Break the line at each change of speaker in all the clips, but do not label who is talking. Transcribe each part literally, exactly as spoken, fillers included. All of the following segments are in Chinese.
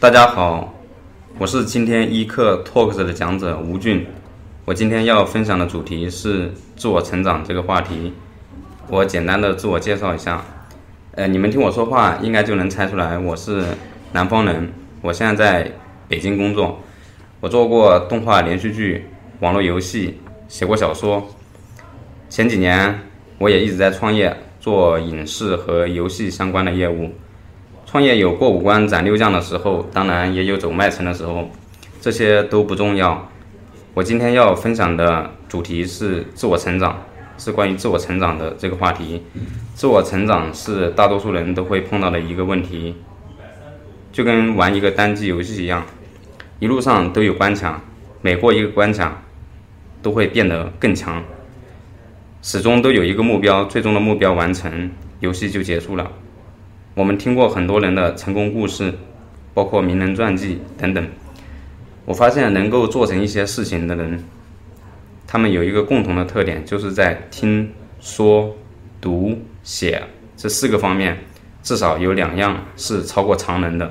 大家好，我是今天一课 Talks 的讲者吴俊。我今天要分享的主题是自我成长这个话题。我简单的自我介绍一下，呃，你们听我说话应该就能猜出来，我是南方人。我现在在北京工作，我做过动画连续剧、网络游戏，写过小说。前几年我也一直在创业，做影视和游戏相关的业务。创业有过五关斩六将的时候，当然也有走麦城的时候，这些都不重要。我今天要分享的主题是自我成长，是关于自我成长的这个话题。自我成长是大多数人都会碰到的一个问题，就跟玩一个单机游戏一样，一路上都有关卡，每过一个关卡都会变得更强，始终都有一个目标，最终的目标完成，游戏就结束了。我们听过很多人的成功故事，包括名人传记等等。我发现能够做成一些事情的人，他们有一个共同的特点，就是在听、说、读、写这四个方面，至少有两样是超过常人的。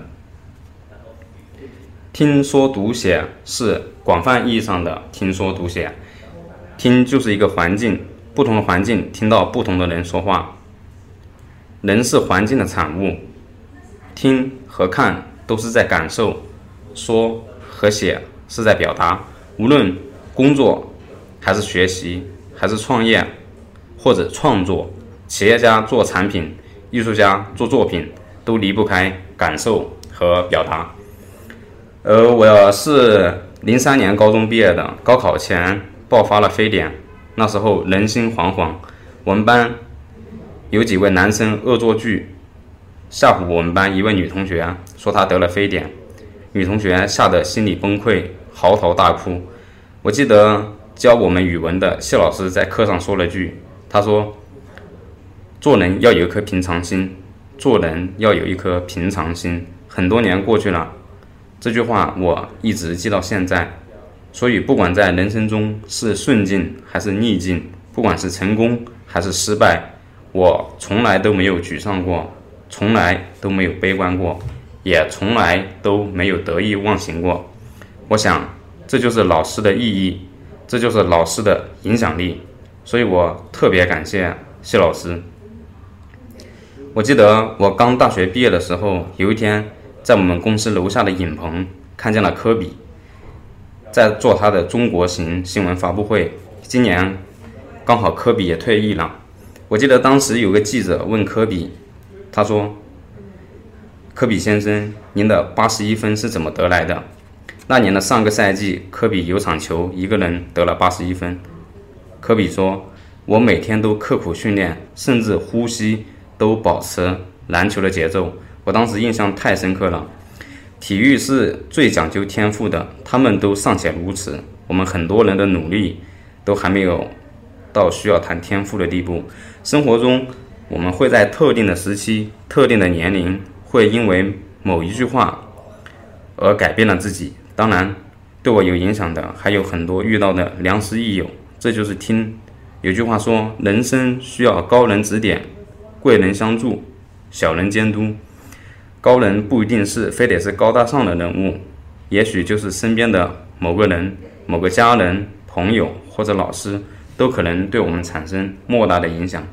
听说读写是广泛意义上的听说读写，听就是一个环境，不同的环境听到不同的人说话。人是环境的产物，听和看都是在感受，说和写是在表达。无论工作还是学习还是创业或者创作，企业家做产品，艺术家做作品，都离不开感受和表达。呃，我是零三年高中毕业的，高考前爆发了非典，那时候人心惶惶，我们班有几位男生恶作剧吓唬我们班一位女同学，说她得了非典，女同学吓得心理崩溃，嚎啕大哭。我记得教我们语文的谢老师在课上说了句，他说做人要有一颗平常心，做人要有一颗平常心。很多年过去了，这句话我一直记到现在。所以不管在人生中是顺境还是逆境，不管是成功还是失败，我从来都没有沮丧过，从来都没有悲观过，也从来都没有得意忘形过。我想这就是老师的意义，这就是老师的影响力，所以我特别感谢谢老师。我记得我刚大学毕业的时候，有一天在我们公司楼下的影棚看见了科比在做他的中国行新闻发布会。今年刚好科比也退役了，我记得当时有个记者问科比，他说科比先生，您的八十一分是怎么得来的？那年的上个赛季，科比有场球一个人得了八十一分。科比说，我每天都刻苦训练，甚至呼吸都保持篮球的节奏。我当时印象太深刻了。体育是最讲究天赋的，他们都尚且如此，我们很多人的努力都还没有到需要谈天赋的地步。生活中我们会在特定的时期、特定的年龄，会因为某一句话而改变了自己。当然对我有影响的还有很多遇到的良师益友，这就是听。有句话说，人生需要高人指点，贵人相助，小人监督。高人不一定是非得是高大上的人物，也许就是身边的某个人、某个家人、朋友或者老师，都可能对我们产生莫大的影响。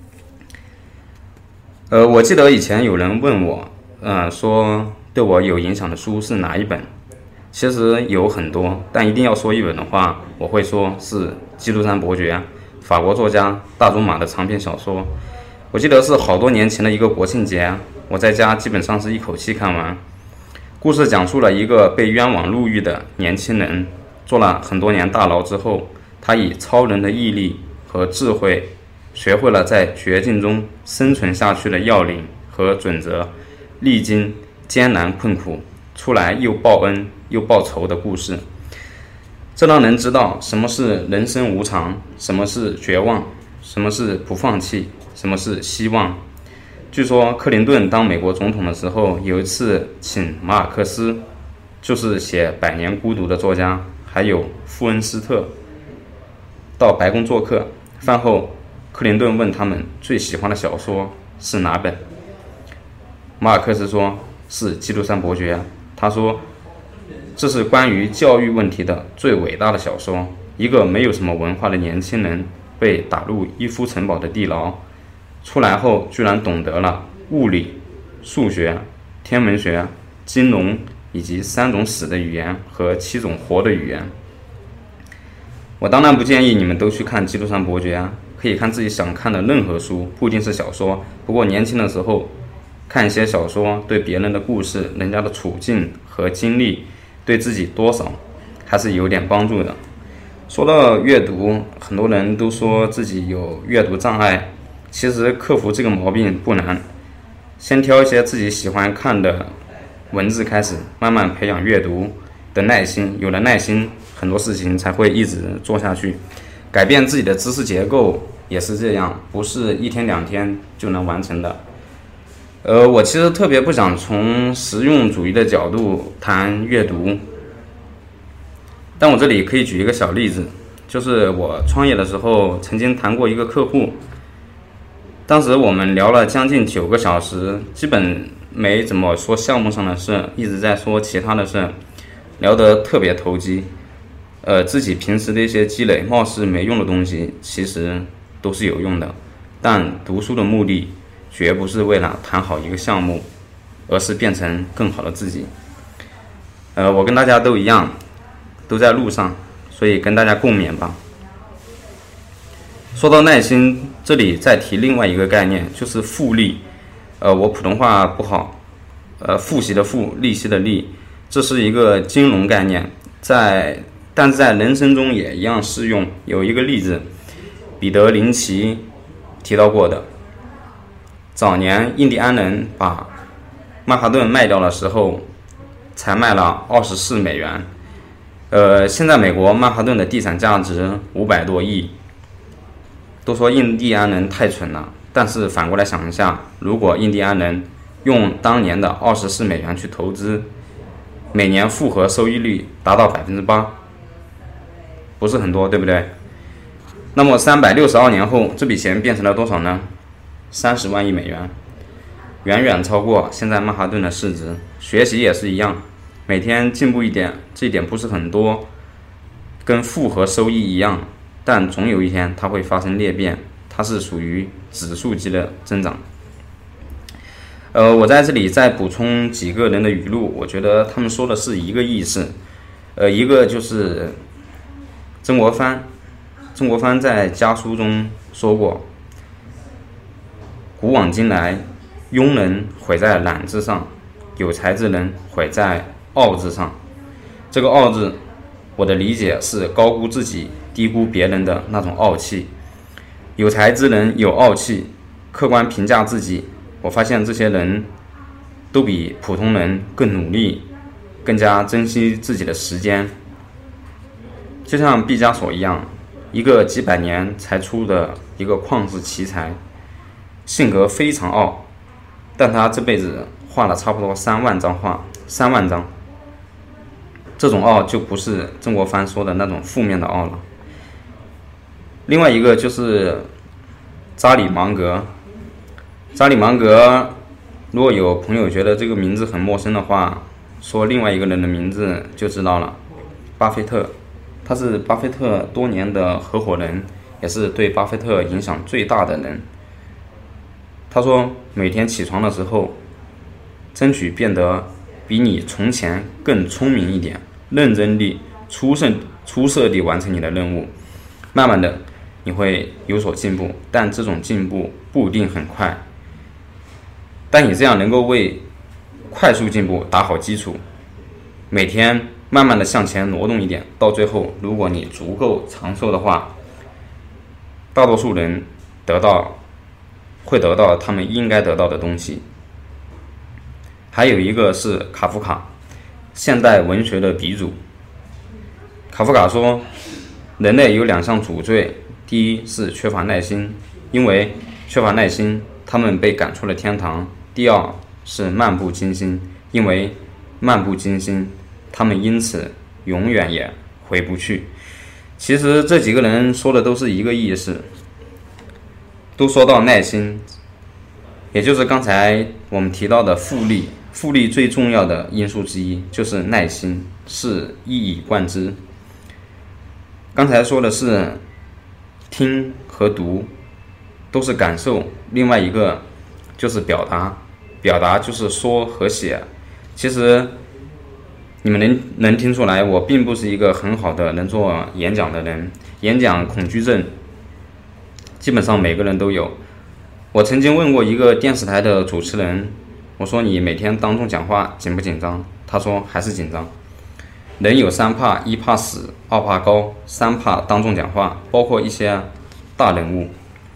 呃，我记得以前有人问我，呃，说对我有影响的书是哪一本？其实有很多，但一定要说一本的话，我会说是《基督山伯爵》，法国作家大仲马的长篇小说。我记得是好多年前的一个国庆节，我在家基本上是一口气看完。故事讲述了一个被冤枉入狱的年轻人，坐了很多年大牢之后，他以超人的毅力和智慧，学会了在绝境中生存下去的要领和准则，历经艰难困苦，出来又报恩又报仇的故事。这让人知道什么是人生无常，什么是绝望，什么是不放弃，什么是希望。据说克林顿当美国总统的时候，有一次请马尔克斯，就是写《百年孤独》的作家，还有富恩斯特到白宫做客。饭后克林顿问他们最喜欢的小说是哪本，马尔克斯说是《基督山伯爵》， 他说，这是关于教育问题的最伟大的小说。一个没有什么文化的年轻人被打入伊夫城堡的地牢，出来后居然懂得了物理、数学、天文学、金融以及三种死的语言和七种活的语言。我当然不建议你们都去看基督山伯爵啊，可以看自己想看的任何书，不一定是小说。不过年轻的时候看一些小说，对别人的故事、人家的处境和经历，对自己多少还是有点帮助的。说到阅读，很多人都说自己有阅读障碍，其实克服这个毛病不难，先挑一些自己喜欢看的文字开始，慢慢培养阅读的耐心，有了耐心，很多事情才会一直做下去。改变自己的知识结构也是这样，不是一天两天就能完成的。呃，我其实特别不想从实用主义的角度谈阅读，但我这里可以举一个小例子，就是我创业的时候曾经谈过一个客户，当时我们聊了将近九个小时，基本没怎么说项目上的事，一直在说其他的事，聊得特别投机。呃，自己平时的一些积累，貌似没用的东西，其实都是有用的。但读书的目的绝不是为了谈好一个项目，而是变成更好的自己。呃，我跟大家都一样，都在路上，所以跟大家共勉吧。说到耐心，这里再提另外一个概念，就是复利。呃，我普通话不好，呃，复习的复，利息的利，这是一个金融概念，在但是在人生中也一样适用。有一个例子，彼得林奇提到过的，早年印第安人把曼哈顿卖掉的时候，才卖了二十四美元。呃，现在美国曼哈顿的地产价值五百多亿。都说印第安人太蠢了，但是反过来想一下，如果印第安人用当年的二十四美元去投资，每年复合收益率达到百分之八，不是很多，对不对？那么三百六十二年后，这笔钱变成了多少呢？三十万亿美元，远远超过现在曼哈顿的市值。学习也是一样，每天进步一点，这一点不是很多，跟复合收益一样，但总有一天它会发生裂变，它是属于指数级的增长。呃，我在这里再补充几个人的语录，我觉得他们说的是一个意思。呃，一个就是曾国藩，曾国藩在家书中说过，古往今来，庸人毁在懒字上，有才之人毁在傲字上。这个傲字，我的理解是高估自己，低估别人的那种傲气。有才之人有傲气，客观评价自己，我发现这些人都比普通人更努力，更加珍惜自己的时间。就像毕加索一样，一个几百年才出的一个旷世奇才，性格非常傲，但他这辈子画了差不多三万张画，三万张。这种傲就不是曾国藩说的那种负面的傲了。另外一个就是扎里芒格，扎里芒格，如果有朋友觉得这个名字很陌生的话，说另外一个人的名字就知道了，巴菲特。他是巴菲特多年的合伙人，也是对巴菲特影响最大的人。他说，每天起床的时候，争取变得比你从前更聪明一点，认真地、出色、出色地完成你的任务。慢慢的，你会有所进步，但这种进步不一定很快。但你这样能够为快速进步打好基础，每天慢慢的向前挪动一点，到最后，如果你足够长寿的话，大多数人得到会得到他们应该得到的东西。还有一个是卡夫卡，现代文学的鼻祖。卡夫卡说，人类有两项主罪，第一是缺乏耐心，因为缺乏耐心，他们被赶出了天堂；第二是漫不经心，因为漫不经心，他们因此永远也回不去。其实这几个人说的都是一个意思，都说到耐心，也就是刚才我们提到的复利复利最重要的因素之一就是耐心，是一以贯之。刚才说的是听和读都是感受，另外一个就是表达，表达就是说和写。其实你们能能听出来，我并不是一个很好的能做演讲的人，演讲恐惧症基本上每个人都有。我曾经问过一个电视台的主持人，我说你每天当众讲话紧不紧张？他说还是紧张。人有三怕：一怕死，二怕高，三怕当众讲话，包括一些大人物。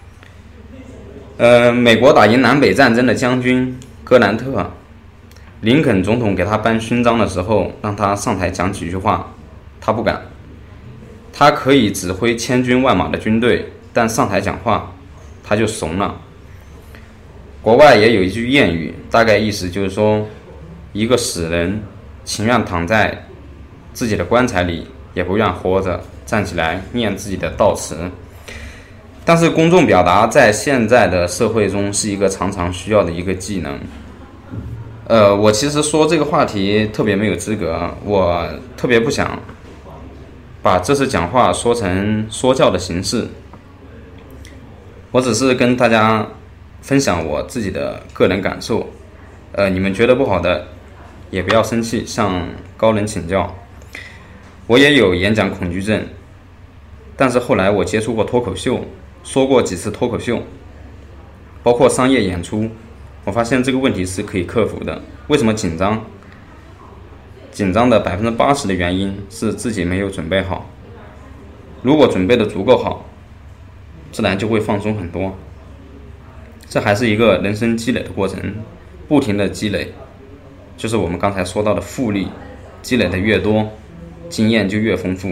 呃，美国打赢南北战争的将军戈兰特，林肯总统给他颁勋章的时候，让他上台讲几句话，他不敢。他可以指挥千军万马的军队，但上台讲话他就怂了。国外也有一句谚语，大概意思就是说，一个死人情愿躺在自己的棺材里，也不愿活着站起来念自己的悼词。但是公众表达在现在的社会中是一个常常需要的一个技能。呃，我其实说这个话题特别没有资格，我特别不想把这次讲话说成说教的形式，我只是跟大家分享我自己的个人感受。呃，你们觉得不好的也不要生气，向高人请教。我也有演讲恐惧症，但是后来我接触过脱口秀，说过几次脱口秀，包括商业演出，我发现这个问题是可以克服的。为什么紧张？紧张的百分之八十的原因是自己没有准备好。如果准备的足够好，自然就会放松很多。这还是一个人生积累的过程，不停的积累，就是我们刚才说到的复利，积累的越多，经验就越丰富。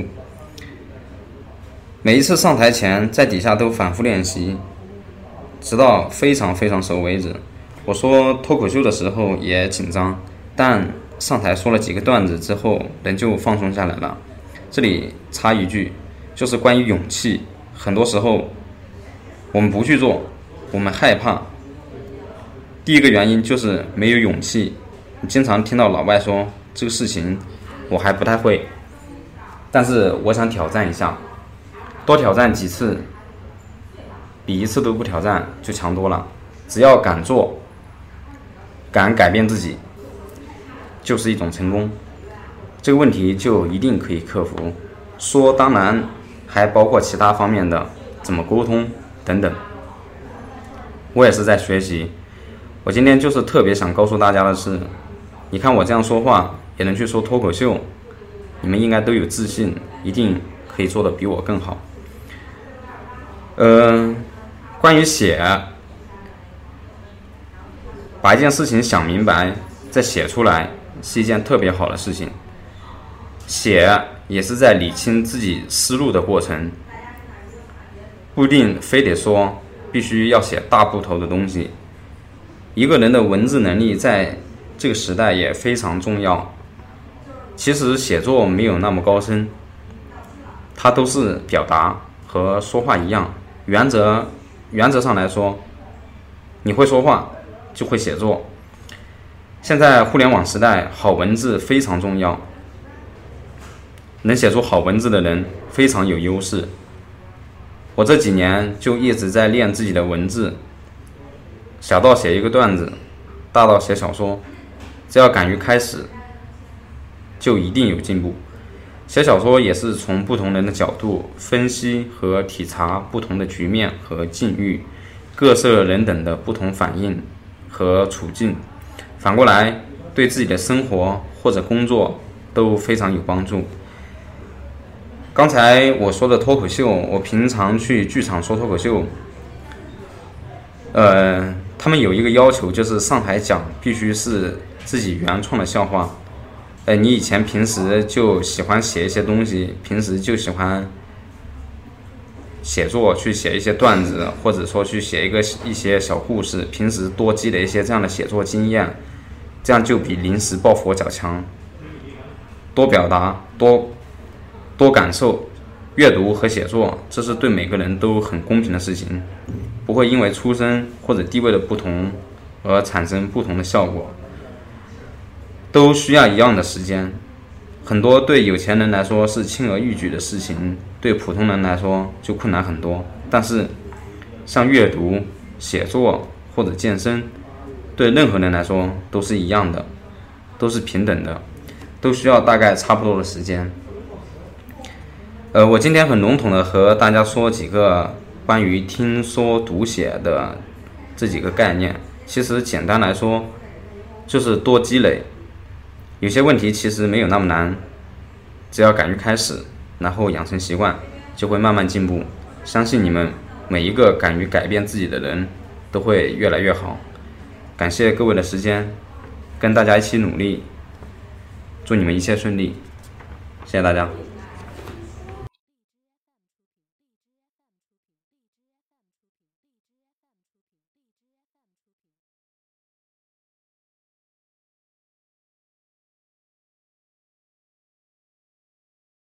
每一次上台前，在底下都反复练习，直到非常非常熟为止。我说脱口秀的时候也紧张，但上台说了几个段子之后，人就放松下来了。这里插一句，就是关于勇气，很多时候我们不去做，我们害怕。第一个原因就是没有勇气。你经常听到老外说这个事情我还不太会，但是我想挑战一下，多挑战几次比一次都不挑战就强多了。只要敢做，敢改变自己，就是一种成功。这个问题就一定可以克服。说当然还包括其他方面的，怎么沟通等等。我也是在学习。我今天就是特别想告诉大家的是，你看我这样说话也能去说脱口秀，你们应该都有自信，一定可以做得比我更好。呃，关于写，把一件事情想明白再写出来是一件特别好的事情。写也是在理清自己思路的过程，不一定非得说必须要写大部头的东西。一个人的文字能力在这个时代也非常重要。其实写作没有那么高深，它都是表达，和说话一样。原则原则上来说，你会说话就会写作。现在互联网时代，好文字非常重要，能写出好文字的人非常有优势。我这几年就一直在练自己的文字，小到写一个段子，大到写小说，只要敢于开始，就一定有进步。写小说也是从不同人的角度分析和体察不同的局面和境遇，各色人等的不同反应和处境，反过来对自己的生活或者工作都非常有帮助。刚才我说的脱口秀，我平常去剧场说脱口秀，呃，他们有一个要求，就是上台讲必须是自己原创的笑话。呃，你以前平时就喜欢写一些东西，平时就喜欢写作，去写一些段子，或者说去写一个一些小故事，平时多积累一些这样的写作经验，这样就比临时抱佛脚强。多表达，多多感受，阅读和写作，这是对每个人都很公平的事情，不会因为出身或者地位的不同而产生不同的效果。 都需要一样的时间。很多对有钱人来说是轻而易举的事情，对普通人来说就困难很多。但是像阅读、写作或者健身，对任何人来说都是一样的，都是平等的，都需要大概差不多的时间。呃，我今天很笼统的和大家说几个关于听说读写的这几个概念，其实简单来说就是多积累。有些问题其实没有那么难，只要敢于开始，然后养成习惯，就会慢慢进步。相信你们每一个敢于改变自己的人都会越来越好。感谢各位的时间，跟大家一起努力，祝你们一切顺利，谢谢大家。